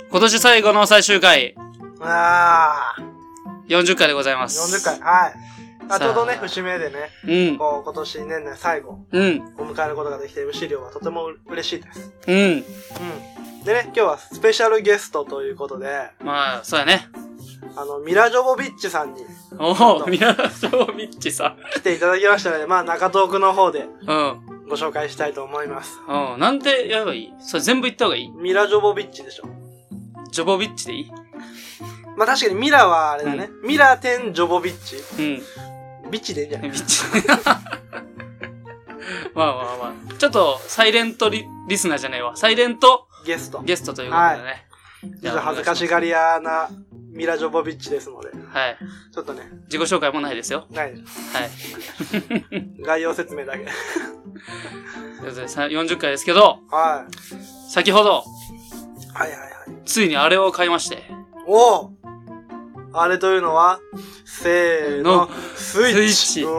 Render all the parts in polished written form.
今年最後の最終回。 あ 40回でございます。 40回。はい。ちょうどね、節目でね、こう、今年年内最後、を迎えることができて、MC 寮はとても嬉しいです。でね、今日はスペシャルゲストということで、 まあ、そうやね。 ミラ・ジョボビッチさんに。 ミラ・ジョボビッチさん。 来ていただきましたので、まあ、中トークの方で、ご紹介したいと思います。 なんてやればいい？それ全部言った方がいい？ ミラ・ジョボビッチでしょ。ジョボビッチでいい？ まあ、確かにミラはあれだね。ミラ10ジョボビッチ。ビッチでいいんじゃない？ ビッチ。まあ。ちょっと、サイレントリスナーじゃないわ。サイレントゲストということでね。 ちょっと恥ずかしがり屋なミラ・ジョボビッチですので。 はい。 ちょっとね。 自己紹介もないですよ。 ないです。 はい。 概要説明だけ。 40回ですけど、 はい。 先ほど、 ついにあれを買いまして。 おぉ！あれというのは、せーの、スイッチ。そう。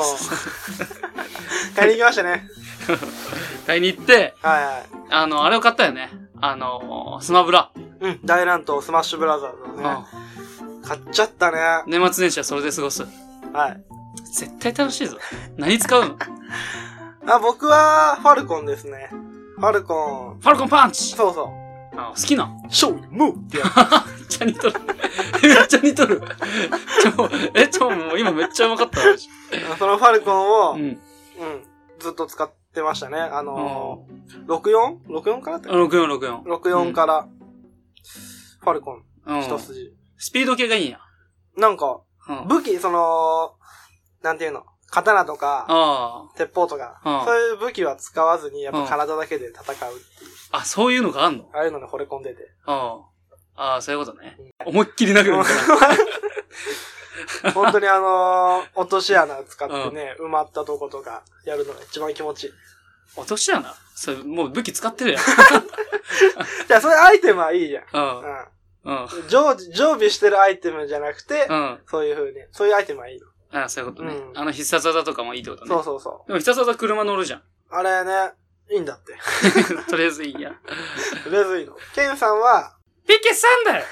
買いに行きましたね。 買いに行って、 あれを買ったよね。スマブラ。 大乱闘スマッシュブラザーズをね。買っちゃったね。 年末年始はそれで過ごす。 はい。 絶対楽しいぞ。何使うの？ 僕は、ファルコンですね。ファルコンパンチ！ そうそう。 好きな。 ショームーってやつ。 めっちゃ似とる。めっちゃ似とる。もう今めっちゃうまかった。 そのファルコンを、ずっと使ってましたね。64からって64から、ファルコン、一筋。 スピード系がいいんや。 なんか、武器、なんていうの、刀とか、鉄砲とか、そういう武器は使わずに、やっぱ体だけで戦うっていう。 あ、そういうのがあんの？ ああいうのに惚れ込んでて。 そういうことね。思いっきり殴るみたいな。 本当に落とし穴使ってね、埋まったとことかやるのが一番気持ちいい。 落とし穴？それ、もう武器使ってるやん。 じゃあ、そういうアイテムはいいじゃん。常備してるアイテムじゃなくて、そういう風に、そういうアイテムはいいの。 そういうことね。必殺技とかもいいってことね。 そう。 でも必殺技車乗るじゃん。 あれね、いいんだって。 とりあえずいいや。 とりあえずいいの。ケンさんは、 PK3 だよ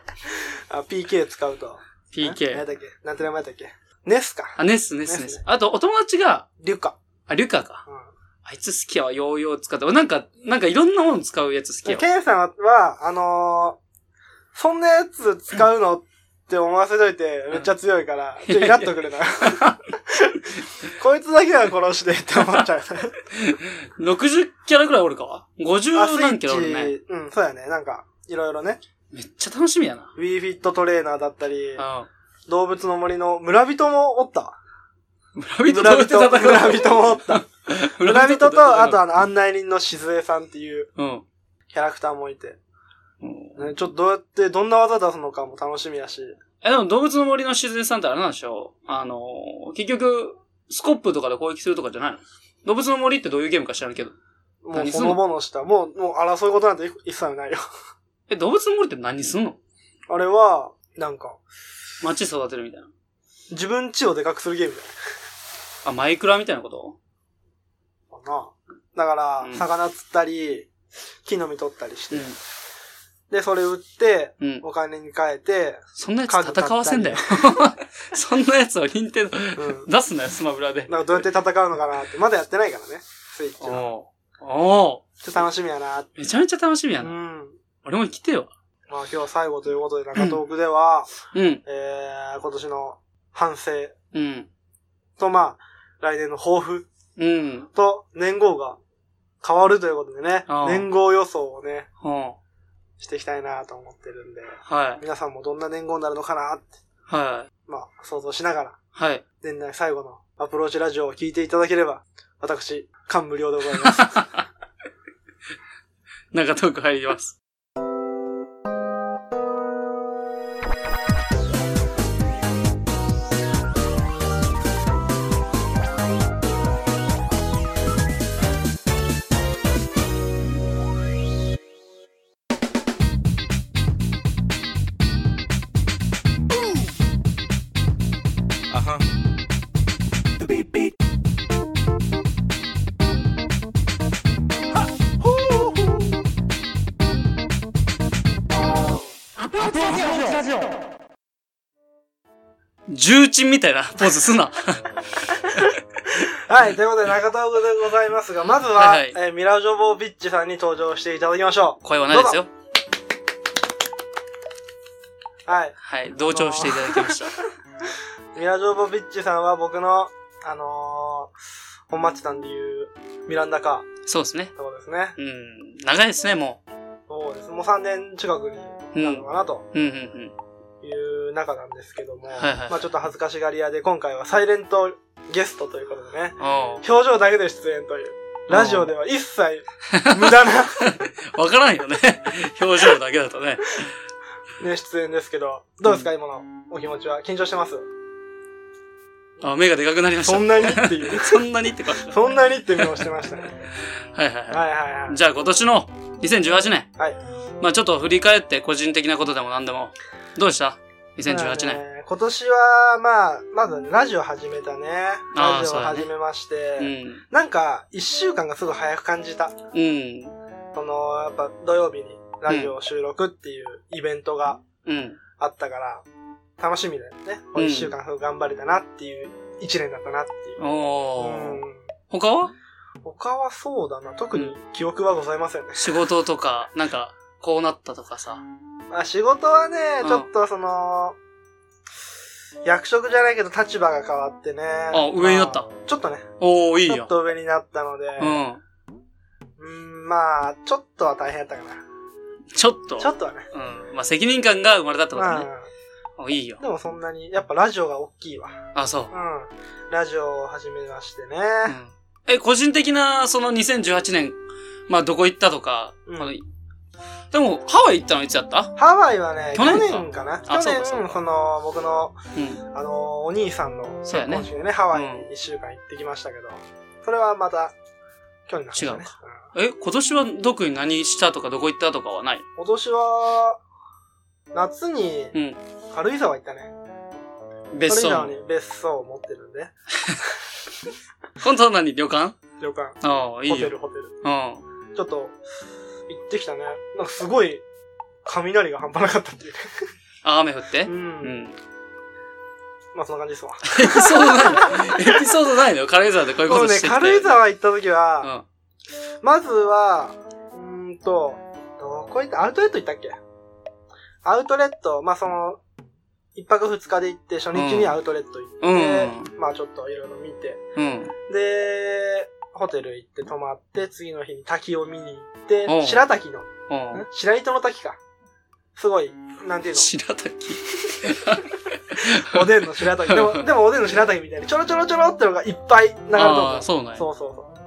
PK 使うと。 PK。 何だっけ？なんて名前だっけ？ネスか。 ネス。あと、お友達が、 リュカか。あいつ好きやわ、ヨーヨー使って。なんかいろんなもの使うやつ好きやわ。 ケンさんは、そんなやつ使うのって思わせといて、めっちゃ強いから、イラッとくるな。こいつだけは殺してって思っちゃう。 60キャラぐらいおるか ?50 何キャラおるね。 そうやね。なんか、いろいろね。 めっちゃ楽しみやな。 Wii フィットトレーナーだったり、動物の森の村人もおった。 村人もおった。 村人と、あと案内人のしずえさんっていう、キャラクターもいて。ちょっとどんな技出すのかも楽しみやし。 でも動物の森のしずえさんってあれなんでしょ？結局、スコップとかで攻撃するとかじゃないの？動物の森ってどういうゲームか知らんけど。 もうほのぼのした。もう争いことなんて一切ないよ。 動物の森って何すんの？ あれは、なんか。 街育てるみたいな。 自分家をでかくするゲームだよ。 マイクラみたいなことかな。だから、魚釣ったり、木の実取ったりして。で、それ売って、お金に変えて、 そんなやつ戦わせんだよ。そんなやつを任天堂出すなよ、スマブラで。 なんかどうやって戦うのかなって。まだやってないからね、スイッチは。ちょっと楽しみやなって。 めちゃめちゃ楽しみやな。俺も来てよ。 まあ今日は最後ということで、中トークでは、今年の反省。と、まあ、来年の抱負。と、年号が変わるということでね、年号予想をね、していきたいなと思ってるんで、皆さんもどんな年号になるのかなって、まあ、想像しながら、年内最後のアプローチラジオを聞いていただければ、私、感無量でございます。 中トーク入ります。 重鎮みたいなポーズすな。 はい、ということで中田でございますが、まずは、はいはい、ミラ・ジョボビッチさんに登場していただきましょう。 声はないですよ。 はい。 はい、同調していただきました。 ミラ・ジョボビッチさんは僕の、本町さんでいうミランダカー。 そうですね。 そうですね。 長いですね、もう。 そうです。もう3年近くになるのかなと。いう中なんですけども、まあちょっと恥ずかしがり屋で、今回はサイレントゲストということでね、表情だけで出演という、ラジオでは一切無駄なわからんよね。表情だけだとね。 ね、出演ですけど、どうですか、今のお気持ちは。緊張してます？ 目がでかくなりました。 そんなにっていう。 そんなにってか。 そんなにって顔してましたね。 はい。じゃあ今年の2018年。はい。まあちょっと振り返って個人的なことでも何でも。どうでした ?2018 年。 今年は、まあ、まずラジオ始めたね。ラジオ始めまして、なんか、1週間がすごい早く感じた。やっぱ土曜日にラジオ収録っていうイベントがあったから、楽しみだよね。1週間頑張れたなっていう1年だったなっていう。 他はそうだな。特に記憶はございませんね。 仕事とか、なんか、こうなったとかさ。 仕事はね、ちょっと役職じゃないけど立場が変わってね。 上になった？ ちょっとね。 いいよ。 ちょっと上になったので。まあ、ちょっとは大変だったかな。 ちょっとはね。 まあ責任感が生まれたってことね。いいよ。 でもそんなに、やっぱラジオが大きいわ。 そう。 ラジオを始めましてね。 個人的な、その2018年、まあどこ行ったとか、でも、ハワイ行ったのいつやった？ ハワイはね、去年かな。去年、僕の、お兄さんの結婚式でね、ハワイに1週間行ってきましたけど、それはまた、去年なんですね。違うか。 今年は特に何したとかどこ行ったとかはない？ 今年は、夏に、軽井沢行ったね。 別荘。 軽井沢に別荘を持ってるんで。 本当は何？旅館？ 旅館。 いいよ。 ホテル。ちょっと、行ってきたね。なんかすごい、雷が半端なかったっていう。 雨降って？ まあそんな感じですわ。 エピソードないの？軽井沢でこういうことしてきて。 そうね、軽井沢行った時は、まずは、どこ行った？アウトレット行ったっけ？アウトレット、まあ一泊二日で行って、初日にアウトレット行って、まあちょっといろいろ見て、で、ホテル行って泊まって、次の日に滝を見に行って、白滝の、白糸の滝か。すごい、なんていうの？ 白滝おでんの白滝。でもおでんの白滝みたいにちょろちょろちょろってのがいっぱい流れてる。 そうね。 そう。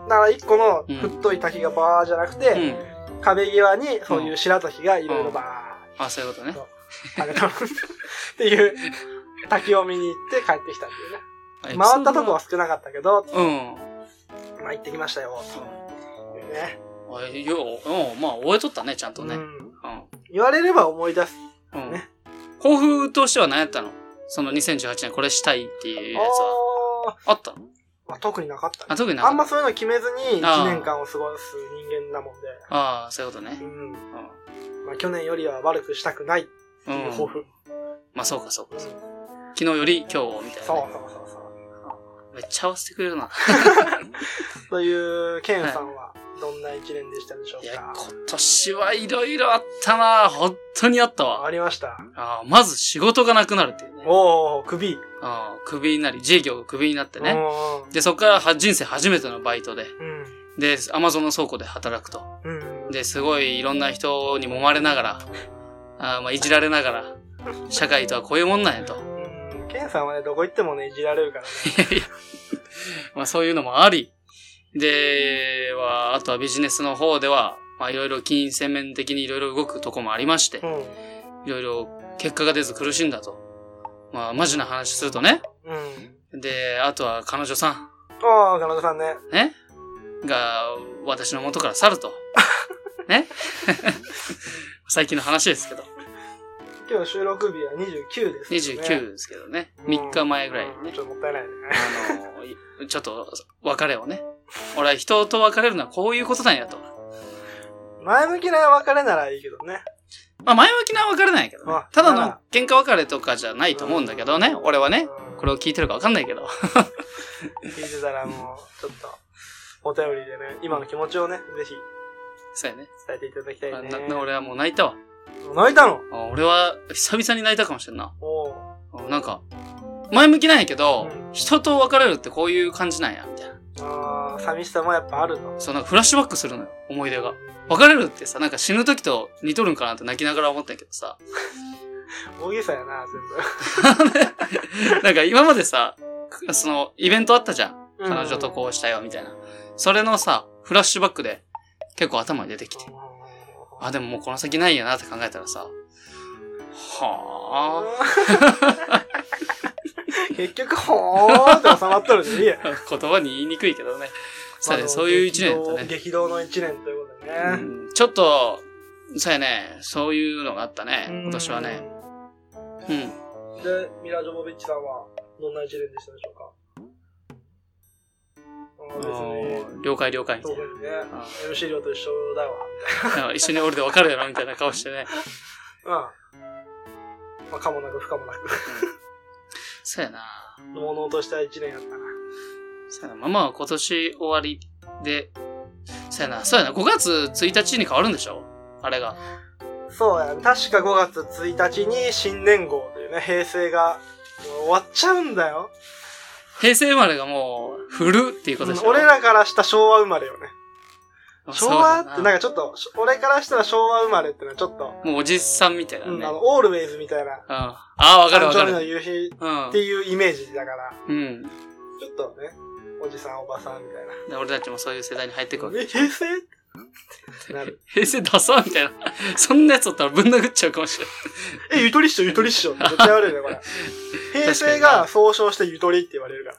だから一個の太い滝がバーじゃなくて、壁際にそういう白滝がいろいろバー。 そういうことね。 っていう滝を見に行って帰ってきたっていうね。回ったとこは少なかったけど、まあ行ってきましたよ。ね。 まあ覚えとったね、ちゃんとね。 言われれば思い出す。ね。 抱負としては何やったの？その2018年これしたいっていうやつは。あったの？ 特になかった。 特になかった。 あんまそういうの決めずに1年間を過ごす人間なもんで。 そういうことね。 まあ去年よりは悪くしたくないっていう抱負。 まあそうか。昨日より今日みたいな。 そう。 めっちゃ合わせてくれるな。 という、ケンさんはどんな一年でしたでしょうか？いや、 今年はいろいろあったな。本当にあったわ。 ありました。 まず仕事がなくなるっていうね。 首。 首になり、自営業が首になってね。で、そこから人生初めてのバイトで。で、アマゾンの倉庫で働くと。で、すごいいろんな人に揉まれながら、いじられながら、社会とはこういうもんなんやと。 ケンさんはね、どこ行ってもね、いじられるからね。 まあそういうのもあり。で、あとはビジネスの方では、いろいろ金銭面的にいろいろ動くとこもありまして、いろいろ結果が出ず苦しんだと。マジな話するとね。で、あとは彼女さん。 彼女さんね。 が、私の元から去ると。ね最近の話ですけど。 今日収録日は29ですけどね。 29ですけどね。3日前ぐらいにね。 ちょっともったいないね。 ちょっと別れをね。俺は人と別れるのはこういうことなんやと。 前向きな別れならいいけどね。 前向きな別れないけどね。ただの喧嘩別れとかじゃないと思うんだけどね。俺はね。 これを聞いてるかわかんないけど。 聞いてたらもう、ちょっと、お便りでね、今の気持ちをね、ぜひ、 そうやね。 伝えていただきたいね。 俺はもう泣いたわ。 泣いたの？ 俺は久々に泣いたかもしれんな。 なんか、前向きなんやけど、人と別れるってこういう感じなんや、みたいな。 寂しさもやっぱあると。 そう、なんかフラッシュバックするのよ、思い出が。別れるってさ、なんか死ぬ時と似とるんかなって泣きながら思ったんやけどさ。 大げさやな、全部。なんか今までさ、イベントあったじゃん。彼女とこうしたよ、みたいな。それのさ、フラッシュバックで結構頭に出てきて。でももうこの先ないよなって考えたらさ、はぁ。結局、はぁって収まっとるでいいや。 言葉に言いにくいけどね。そういう一年だったね。 激動の一年ということでね。 ちょっと、そうやね、そういうのがあったね、今年はね。 で、ミラ・ジョボビッチさんはどんな一年でしたでしょうか？ 了解みたいな。 特にね、MC 量と一緒だわ、みたいな。 一緒におるで分かるやろ、みたいな顔してね。 まあ、かもなく不可もなく。 そうやな。 のうのうとした一年やったな。 そうやな。まあ今年終わりで、そうやな。5月1日に変わるんでしょ？あれが。 そうや。確か5月1日に新年号というね、平成が終わっちゃうんだよ。 平成生まれがもう、古っていうことでしょ？ 俺らからした昭和生まれよね。昭和ってなんかちょっと、俺からしたら昭和生まれってのはちょっと。 もうおじさんみたいなね。 オールウェイズみたいな。 わかる。 誕生日の夕日っていうイメージだから。ちょっとね、おじさんおばさんみたいな。 俺たちもそういう世代に入ってくる。 平成ってなる。 平成ダサみたいな。そんなやつおったらぶん殴っちゃうかもしれない。 ゆとりっしょ絶対悪いね、これ。平成が総称してゆとりって言われるから。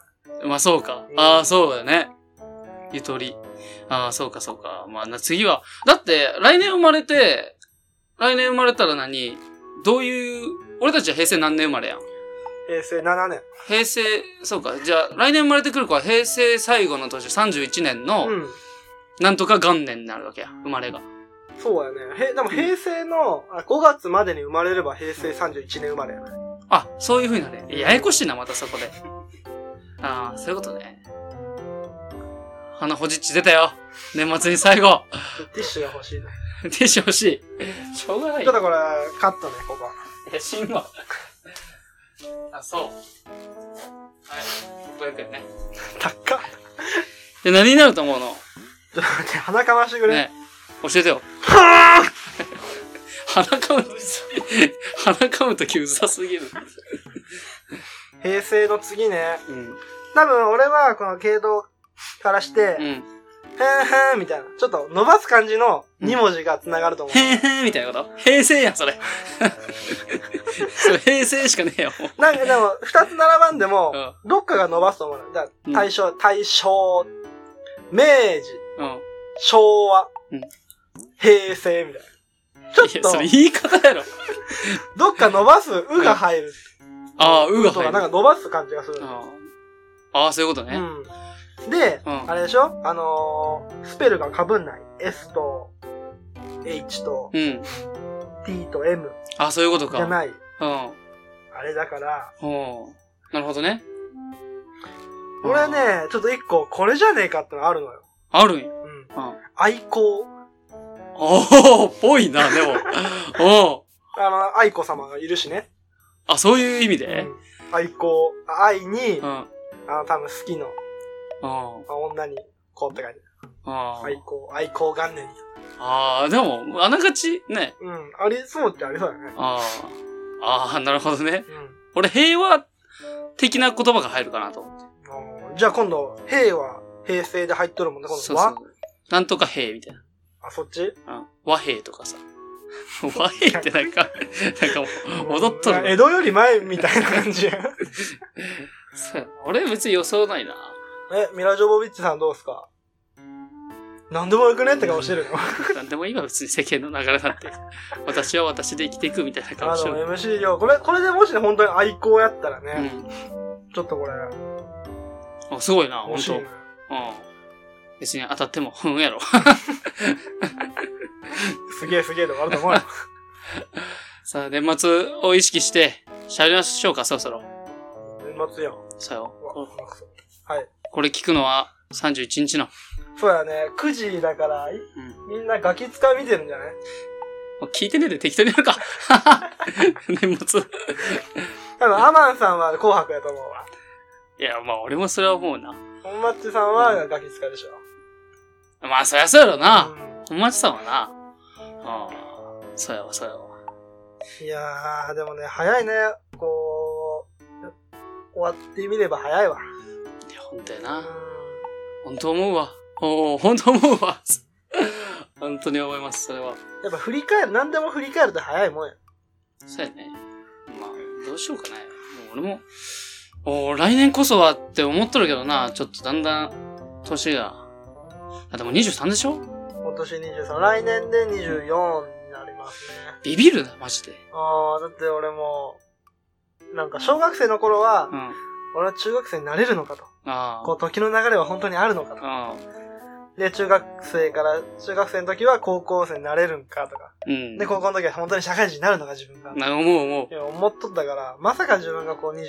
まあそうか。そうだよね。ゆとり。そうか。まあ次は、だって来年生まれたらどういう、俺たちは平成何年生まれやん。 平成7年。 平成、そうか。じゃあ来年生まれてくる子は平成最後の年31年の、なんとか元年になるわけや、生まれが。 そうやね。でも平成の5月までに生まれれば平成31年生まれやね。 そういう風になる。ややこしいな、またそこで。そういうことね。鼻ほじっち出たよ。年末に最後。 ティッシュが欲しいね。 ティッシュ欲しい。しょうがない。 ちょっとこれ、カットね、ここ。 死んわ。そう。はい。500円ね。 高っ。 で、何になると思うの？ ちょっと待って、鼻かましてくれ。 ね。教えてよ。鼻かむときうざすぎる。 平成の次ね。多分俺はこの系統からして、へんへんみたいな。ちょっと伸ばす感じの2文字が繋がると思う。 へんへんみたいなこと？平成やん、それ。それ平成しかねえよ。 なんかでも、2つ並ばんでも、どっかが伸ばすと思うの。だから大正、明治、昭和、平成みたいな。ちょっと。 それ言い方やろ。 どっか伸ばす、うが入る。 うが入る。 なんか伸ばす感じがする。 そういうことね。 で、あれでしょスペルが被んない。S と H と T と M。 そういうことか。 じゃない。あれだから。 なるほどね。 俺ね、ちょっと一個これじゃねえかってのあるのよ。 あるんや。 愛好。 ぽいな、でも。 愛子様がいるしね。 そういう意味で？ 愛好。愛に、多分好きの、女に、こうって書いてある。愛好元年に。 でも、あながち、ね。 ありそうってありそうだね。 なるほどね。俺、平和的な言葉が入るかなと思って。 じゃあ今度、平和、平成で入っとるもんね、今度和。 なんとか平みたいな。 そっち？ 和平とかさ。和平ってなんかもう、踊っとる。 江戸より前みたいな感じや。 俺別に予想ないな。 ミラ・ジョボビッチさんどうすか？なんでもよくねって顔してるの。 なんでも今別に世間の流れなんて。私は私で生きていくみたいな顔してる。 MC 量、これでもしね、本当に愛好やったらね。ちょっとこれ。 すごいな、本当。別に当たっても、やろ。 すげえで終わると思うよ。 さあ、年末を意識して、喋りましょうか、そろそろ。 末やん。 そうよ。 はい。 これ聞くのは31日の。 そうやね。9時だから、みんなガキ使見てるんじゃない？ 聞いてねえで適当にやるか。年末。 多分、アマンさんは紅白やと思うわ。 いや、まあ俺もそれは思うな。 本町さんはガキ使でしょ。まあ、そりゃそうやろな。本町さんはな。ああ、そうやわ。 いやー、でもね、早いね。こう、終わってみれば早いわ。 いや、ほんとやな。本当思うわ。本当思うわ。本当に思います、それは。 やっぱ何でも振り返ると早いもんや。 そうやね。まあ、どうしようかね。もう俺も、来年こそはって思っとるけどな、ちょっとだんだん、年が。あ、でも23でしょ？ 今年23。来年で24になりますね。 ビビるな、マジで。 だって俺も、なんか小学生の頃は、俺は中学生になれるのかと。こう時の流れは本当にあるのかと。で、中学生の時は高校生になれるんかとか。で、高校の時は本当に社会人になるのか自分が。 思う。 いや、思っとったから、まさか自分がこう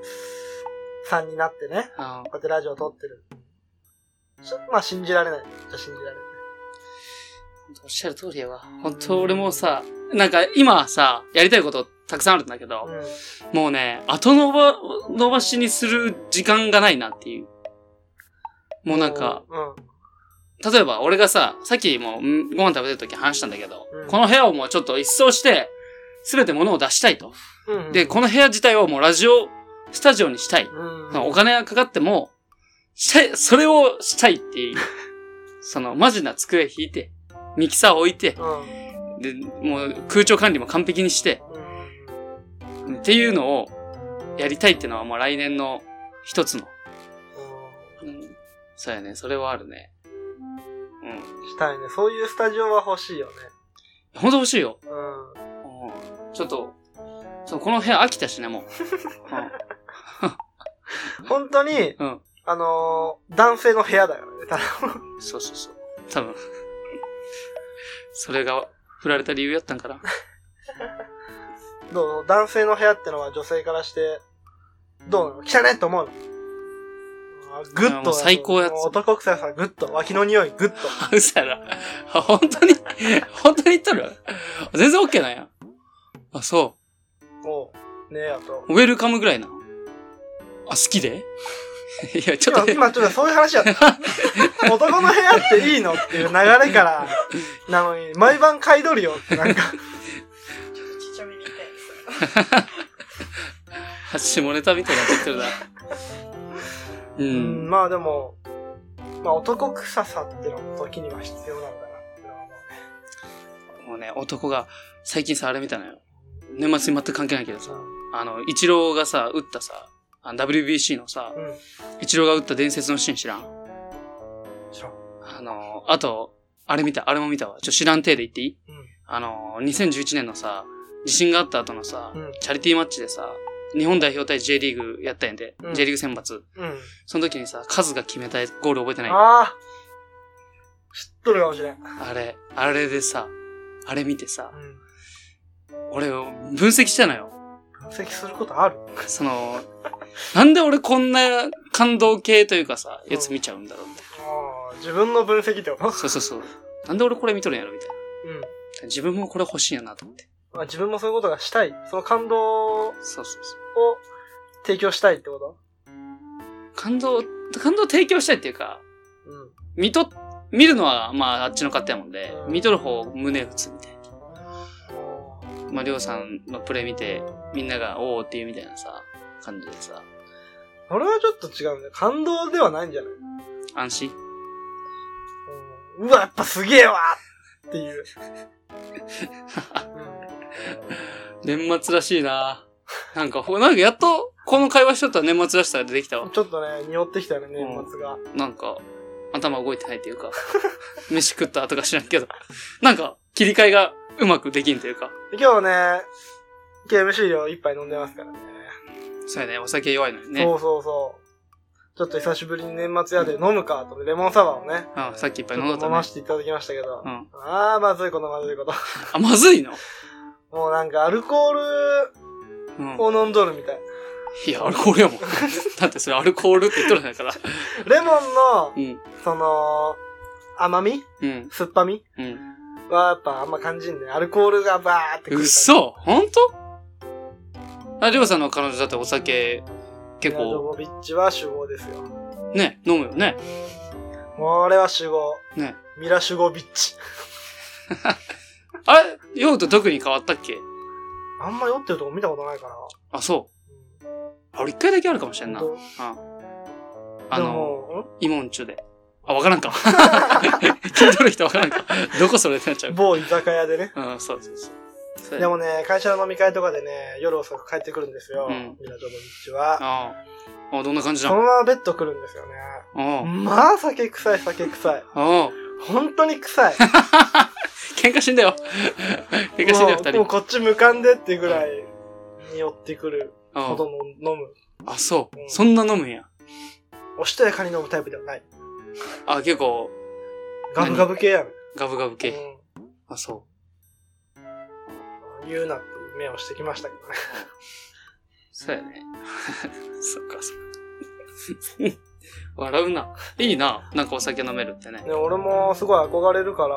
23になってね、こうやってラジオを撮ってる。まあ信じられない。じゃ信じられない。 おっしゃる通りやわ。本当俺もさ、なんか今さ、やりたいことたくさんあるんだけど、もうね、後伸ばしにする時間がないなっていう。もうなんか、例えば俺がさ、さっきもご飯食べてる時話したんだけど、この部屋をもうちょっと一掃して、すべて物を出したいと。で、この部屋自体をもうラジオスタジオにしたい。お金がかかっても、それをしたいっていう。マジな机引いて、ミキサー置いて、で、もう空調管理も完璧にして、っていうのをやりたいっていうのはもう来年の一つの。そうやね、それはあるね。 したいね。そういうスタジオは欲しいよね。 ほんと欲しいよ。ちょっと、この部屋飽きたしね、もう。 本当に、男性の部屋だよね。 そう。多分。それが振られた理由やったんかな。 どう？男性の部屋ってのは女性からして、どうなの？汚ねって思うの？グッと。 最高やつ。 男臭さグッと。脇の匂いグッと。 嘘やろ。本当に言っとる？全然 OK なんや。あ、そう。 ねえ、あと。 ウェルカムぐらいなの？好きで？いや、ちょっと。 今ちょっとそういう話やった。男の部屋っていいのっていう流れから、なのに、毎晩買い取るよってなんか。ちょっとちっちゃめに言いたい。 下ネタみたいになってきてるな。 まあでも、男臭さってのも時には必要なんだなってもうね、男が、最近さ、あれ見たのよ。年末に全く関係ないけどさ、イチローがさ、打ったさ、WBC のさ、イチローが打った伝説のシーン知らん？あと、あれも見たわ。知らん体で言っていい？2011年のさ、地震があった後のさ、チャリティーマッチでさ、日本代表対 J リーグやったんやで、J リーグ選抜。その時にさ、カズが決めたゴール覚えてない？ 知っとるかもしれん。 あれでさ、あれ見てさ、俺を分析したのよ。 分析することある？ なんで俺こんな感動系というかさ、やつ見ちゃうんだろうみたいな。自分の分析ってこと？ そう。なんで俺これ見とるんやろみたいな。自分もこれ欲しいんやなと思って。 自分もそういうことがしたい。その感動を提供したいってこと？ 感動提供したいっていうか、見るのはまああっちの勝手やもんで、見とる方胸打つみたいな。まあ、りょうさんのプレイ見て、みんながおーっていうみたいなさ、感じでさ。 俺はちょっと違うんだよ。感動ではないんじゃない？ 安心？ うわ、やっぱすげえわっていう。 年末らしいな。なんかやっと、この会話しとったら年末らしさが出てきたわ。 ちょっとね、匂ってきたよね、年末が。 なんか、頭動いてないっていうか、飯食ったとか知らんけど、なんか、切り替えがうまくできんというか。 今日ね、KMC 量一杯飲んでますからね。 そうやね、お酒弱いのにね。 そう。ちょっと久しぶりに年末屋で飲むかと、レモンサワーをね。 さっき一杯飲んだったね。 飲ませていただきましたけど。まずいこと。 まずいの？ もうなんかアルコールを飲んどるみたい。 いや、アルコールやもん。だってそれアルコールって言っとるんだから。 レモンの、その、甘み、酸っぱみ、はやっぱあんま感じんね。アルコールがバーってくる。 嘘？ほんと？りょうさんの彼女だってお酒、結構。 ミラジョボビッチは酒豪ですよ。 ね、飲むよね。 俺は酒豪。 ね。 ミラシュゴビッチ。 あれ酔うと特に変わったっけ？ あんま酔ってるとこ見たことないから。 あ、そう。俺一回だけあるかもしれんな。イモンチュで。あ、わからんか。聞いとる人わからんか。どこそれってなっちゃう。 某居酒屋でね。 そう。 でもね、会社の飲み会とかでね、夜遅く帰ってくるんですよ。ミラジョボビッチは。 どんな感じじゃん。 そのままベッド来るんですよね。まあ、酒臭い。本当に臭い。 喧嘩しんだよ。喧嘩しんだよ、二人。 もうこっち向かんでってぐらいに寄ってくるほどの飲む。 あ、そう。そんな飲むんや。 おしとやかに飲むタイプではない。 あ、結構。 ガブガブ系やね。 ガブガブ系。あ、そう。 言うなって目をしてきましたけどね。 そうやね。そっか。笑うな。いいな。なんかお酒飲めるってね。 俺もすごい憧れるから、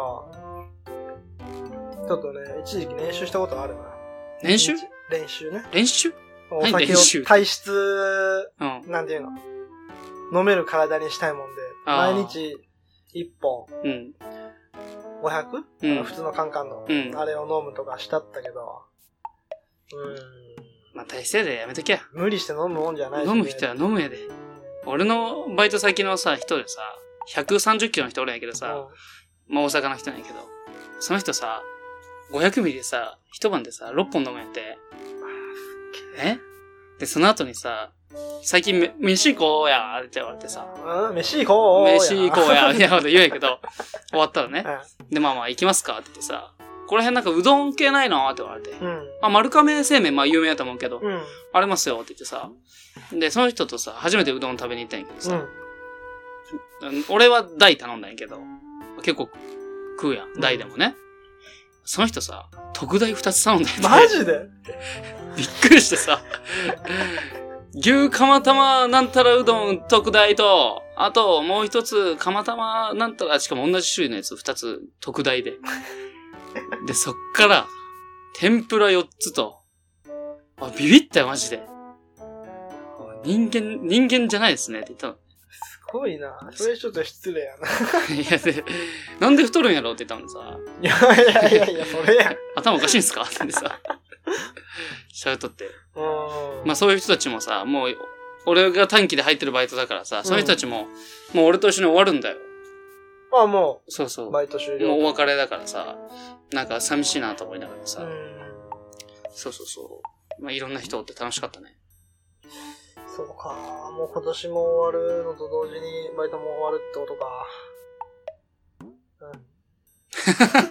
ちょっとね、一時期練習したことあるな。 練習ね。 練習お酒を体質、なんていうの飲める体にしたいもんで、毎日1本、500？普通のカンカンの、あれを飲むとかしたったけど、 まあ、大せいでやめときゃ。 無理して飲むもんじゃないし、 ね。飲む人は飲むやで。俺のバイト先のさ、人でさ、130キロの人おるんやけどさ、まあ大阪の人なんやけど、その人さ、500ミリでさ、一晩でさ、6本飲むんやって。で、その後にさ、最近飯行こうやって言われてさ。 飯行こうや。 飯行こうや、みたいなこと言うんやけど、終わったらね。で、まあ行きますかって言ってさ、この辺なんかうどん系ないのって言われて。丸亀製麺、まあ有名だと思うけど、ありますよって言ってさ。で、その人とさ、初めてうどん食べに行ったんやけどさ、俺は大頼んだんやけど、結構食うやん、大でもね。その人さ、特大2つ頼んだんや。 マジで？ びっくりしてさ、牛釜玉なんたらうどん特大と、あともう一つ釜玉なんたら、しかも同じ種類のやつ2つ特大で。で、そっから、天ぷら4つと、ビビったよ、マジで。人間じゃないですね、って言ったの。 すごいな。それちょっと失礼やな。 いや、で、なんで太るんやろって言ったのさ。 いや、それやん。 頭おかしいんすかってさ。しゃべっとって。まあそういう人たちもさ、もう、俺が短期で入ってるバイトだからさ、そういう人たちも、もう俺と一緒に終わるんだよ。 まあもう、 そう。 バイト終了。 もうお別れだからさ、なんか寂しいなと思いながらさ。そう。まあいろんな人おって楽しかったね。 そうか。もう今年も終わるのと同時にバイトも終わるってことか。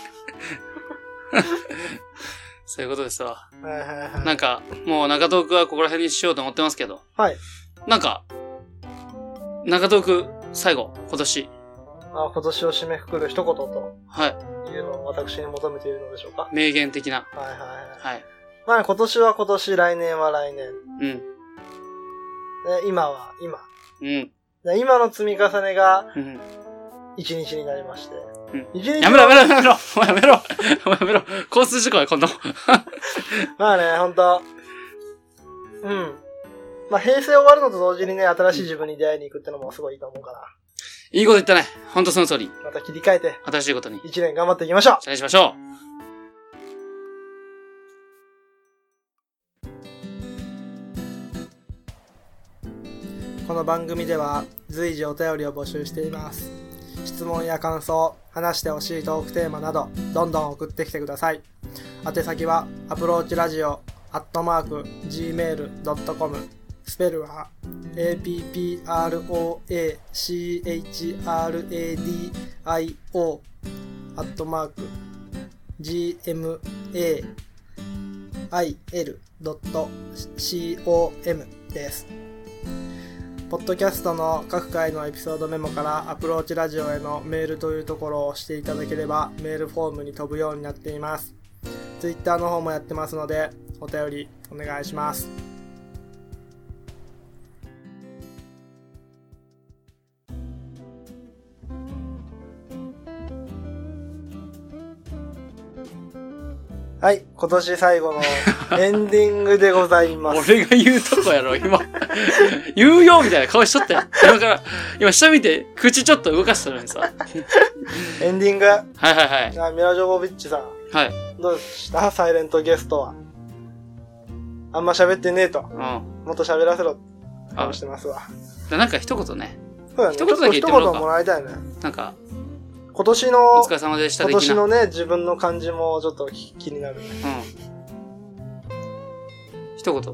そういうことですわ。なんか、もう中東区はここら辺にしようと思ってますけど。 はい。 なんか、中東区最後、今年。 今年を締めくくる一言と。 はい。 いうのを私に求めているのでしょうか。 名言的な。 はい。まあ今年は今年、来年は来年。今は今。今の積み重ねが、一日になりまして。 やめろやめろ交通事故や、今度。 まあね、ほんと。まあ平成終わるのと同時にね、新しい自分に出会いに行くってのもすごいいいと思うから。 いいこと言ったね。ほんとその通り。 また切り替えて。 新しいことに。 一年頑張っていきましょう。 お願いしましょう。 この番組では随時お便りを募集しています。質問や感想、話してほしいトークテーマなどどんどん送ってきてください。宛先はapproachradio@gmail.com、 スペルは approachradio@gmail.com です。ポッドキャストの各回のエピソードメモからアプローチラジオへのメールというところを押していただければメールフォームに飛ぶようになっています。ツイッターの方もやってますのでお便りお願いします。 はい、今年最後のエンディングでございます。 俺が言うとこやろ、今。言うよみたいな顔しとったよ。今下見て、口ちょっと動かしたのにさ。 エンディング。 はいはいはい。 ミラ・ジョボビッチさん。 はい。 どうしたサイレントゲストは。あんま喋ってねえと。うん。もっと喋らせろって顔してますわ。 なんか一言ね。 そうだね。一言だけ言ってもらおうか。一言もらいたいね。 なんか。 今年の、 お疲れ様でした今年のね、自分の感じもちょっと気になるね。 うん。一言。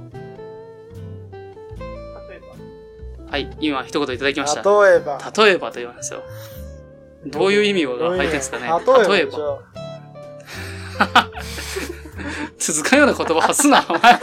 はい、今一言いただきました。 例えばと言われますよ。どういう意味が入ってんですかね。例えば。続かんような言葉発すな、お前。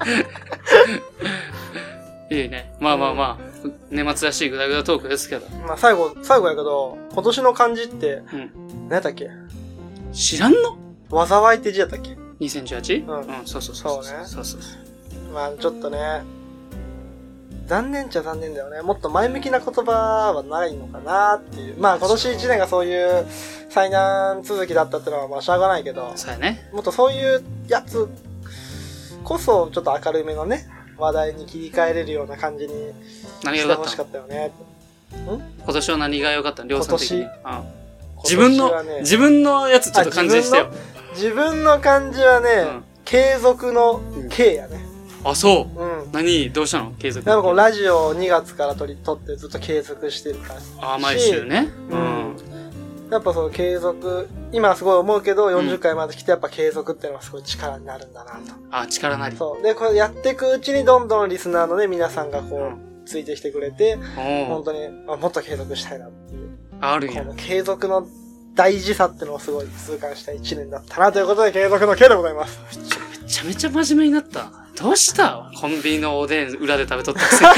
いいね。まあ。年末らしいグダグダトークですけど。 まあ最後やけど、今年の漢字って、何やったっけ？ 知らんの？ 災いって字やったっけ？ 2018？ うん。 そうね。そう。 まあちょっとね、残念っちゃ残念だよね。もっと前向きな言葉はないのかなっていう。まあ今年1年がそういう災難続きだったってのはまあしょうがないけど。 そうやね。 もっとそういうやつこそちょっと明るめのね、話題に切り替えれるような感じにしてほしかったよね。 今年は何が良かったの？量産的に。自分のやつちょっと感じしてよ。 自分の感じはね、継続の継やね。 あ、そう。何どうしたの？継続。 なんかこうラジオを2月から撮ってずっと継続してる感じ。 あ、毎週ね。 やっぱその継続、今すごい思うけど、40回まで来てやっぱ継続っていうのはすごい力になるんだなと。 あ、力なり。 そう。で、これやっていくうちにどんどんリスナーのね、皆さんがこう、ついてきてくれて、本当に、もっと継続したいなっていう。 あるんや。 この継続の大事さってのをすごい痛感した1年だったなということで、継続の継でございます。 めちゃめちゃ真面目になった。どうした？コンビニのおでん裏で食べとったくせに。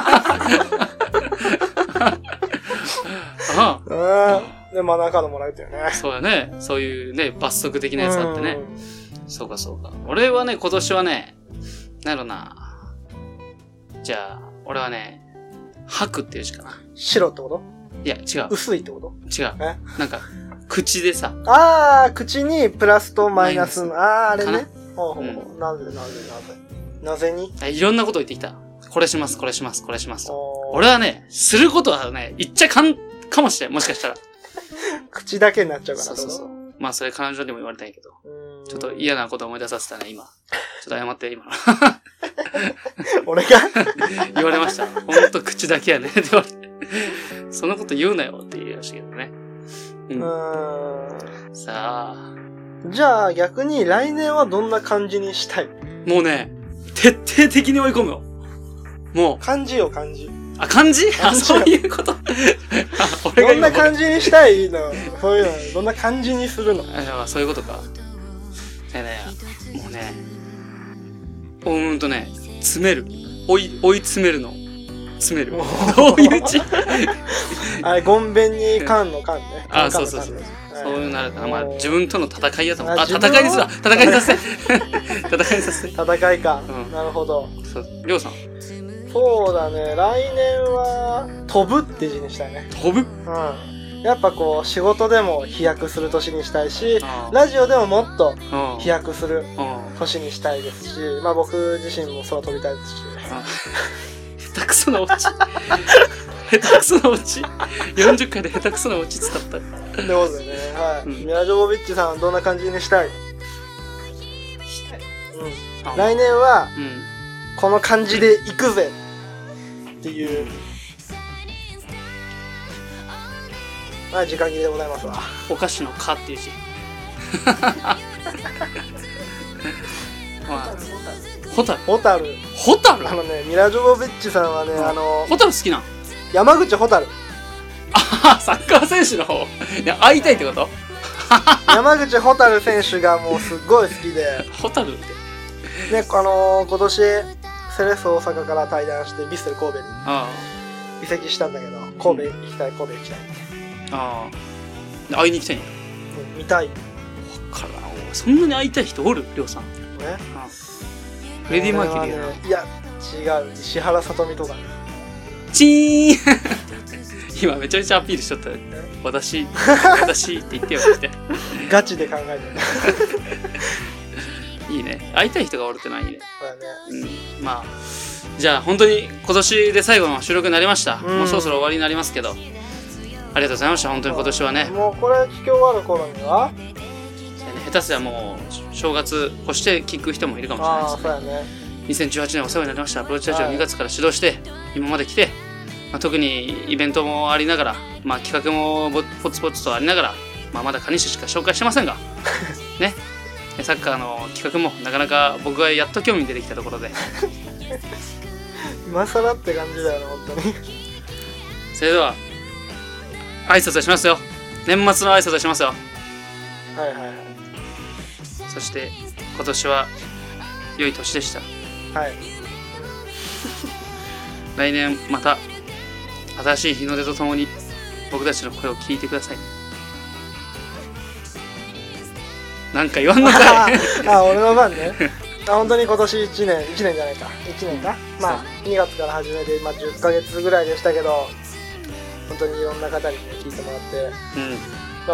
で、マナーカードもらえたよね。 そうだね。そういうね、罰則的なやつあってね。そうか。俺はね、今年はね、なんやろな。じゃあ、俺はね、吐くっていう字かな。 白ってこと？ いや、違う。 薄いってこと？ 違う。なんか、口でさ。 口にプラスとマイナスの、あれね。なぜに？ いろんなこと言ってきた。これします。俺はね、することはね、言っちゃかもしれん。もしかしたら。 口だけになっちゃうから。 そう。まあ、それ彼女にも言われたんやけど。ちょっと嫌なこと思い出させたね、今。ちょっと謝って、今の。 俺が言われました。ほんと口だけやね。って言われて。そんなこと言うなよって言いましたけどね。さあ。 じゃあ逆に来年はどんな感じにしたい？ もうね、徹底的に追い込むよ。もう。 漢字よ、漢字。 あ、漢字？そういうこと。 どんな感じにしたいの？そういうの、どんな感じにするの？ そういうことか。もうね、詰める。追い詰めるの。詰める。どういう字？ あれ、ごんべんに缶の缶ね。 そう。そういうなるから、まあ自分との戦いやと思う。戦いにするわ。戦いにさせて。 戦いか。なるほど。 りょうさん。 そうだね。来年は、飛ぶって字にしたいね。 飛ぶ？ やっぱこう、仕事でも飛躍する年にしたいし、ラジオでももっと飛躍する年にしたいですし、まあ僕自身も空飛びたいですし。 下手くそなオチ。40回で下手くそなオチ使った。 ってことでね、はい。ミラ・ジョボビッチさんどんな感じにしたい？来年は、この感じで行くぜっていう、時間切れでございますわ。 お菓子のかっていう字。ホタル。 ミラ・ジョボビッチさんはね、 ホタル好きなん？ 山口ホタル。 サッカー選手の方。いや、会いたいってこと？ 山口ホタル選手がもうすっごい好きで。 ホタルって。 ね、今年、セレッソ大阪から退団して、ヴィッセル神戸に移籍したんだけど、神戸行きたい。 会いに行きたいんや。 見たい。 わからん。そんなに会いたい人おる？りょうさん。フレディ・マーキュリーやな。 いや、違う。石原さとみとか。 チーン今めちゃめちゃアピールしちゃった。私って言ってよって。 ガチで考えてる。 いいね。会いたい人がおるってのはいいね。 そうだね。 うん。まあ、じゃあ本当に今年で最後の収録になりました。もうそろそろ終わりになりますけど。ありがとうございました。本当に今年はね。 もうこれ聞き終わる頃には下手すりゃもう正月越して聞く人もいるかもしれないですね。 そうやね。 2018年お世話になりました。アプローチラジオ2月から指導して、今まで来て、特にイベントもありながら、企画もポツポツとありながら、まだ蟹市しか紹介してませんが、ね、サッカーの企画もなかなか僕がやっと興味出てきたところで。 今更って感じだよね、本当に。 それでは、挨拶しますよ。年末の挨拶しますよ。 はいはいはい。 そして、今年は良い年でした。 はい。 来年また新しい日の出とともに僕たちの声を聞いてください。なんか言わんのかい。 俺の番ね。本当に今年1年じゃないか。1年か。2月から始めて、10ヶ月ぐらいでしたけど、本当にいろんな方に、聞いてもらって、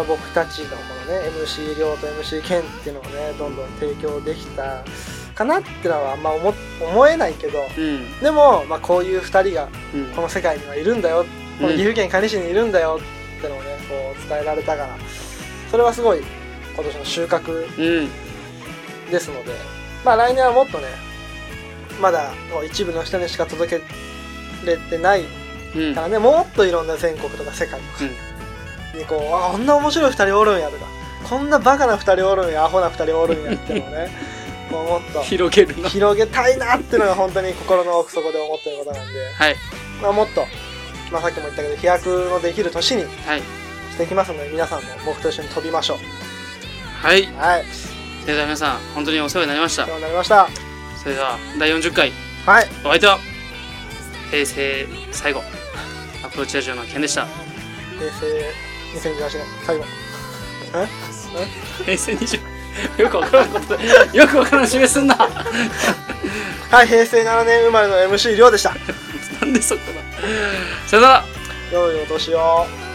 僕たちのこのね、MC 亮と MC ケンっていうのをね、どんどん提供できたかなってのはあんま思えないけど、でも、こういう2人がこの世界にはいるんだよ、この岐阜県蟹市にいるんだよってのをね、こう伝えられたから、それはすごい今年の収穫ですので、来年はもっとね、まだ一部の人にしか届けれてないからね、もっといろんな全国とか世界とかにこんな面白い2人おるんやとか、こんなバカな2人おるんや、アホな2人おるんやっていうのをね、もっと広げたいなっていうのが本当に心の奥底で思ってることなんで、 はい、 もっと、さっきも言ったけど飛躍のできる年にしていきますので、皆さんも僕と一緒に飛びましょう。 はい、はい、それでは皆さん本当にお世話になりました。 お世話になりました。 それでは第40回、 はい、 お相手は平成最後アプローチラジオのケンでした。 平成2018年最後平成20よくわからんことよくわからん示すんな。 はい、平成7年生まれの MC 亮でした。 なんでそこだ。さよなら。 良いお年を。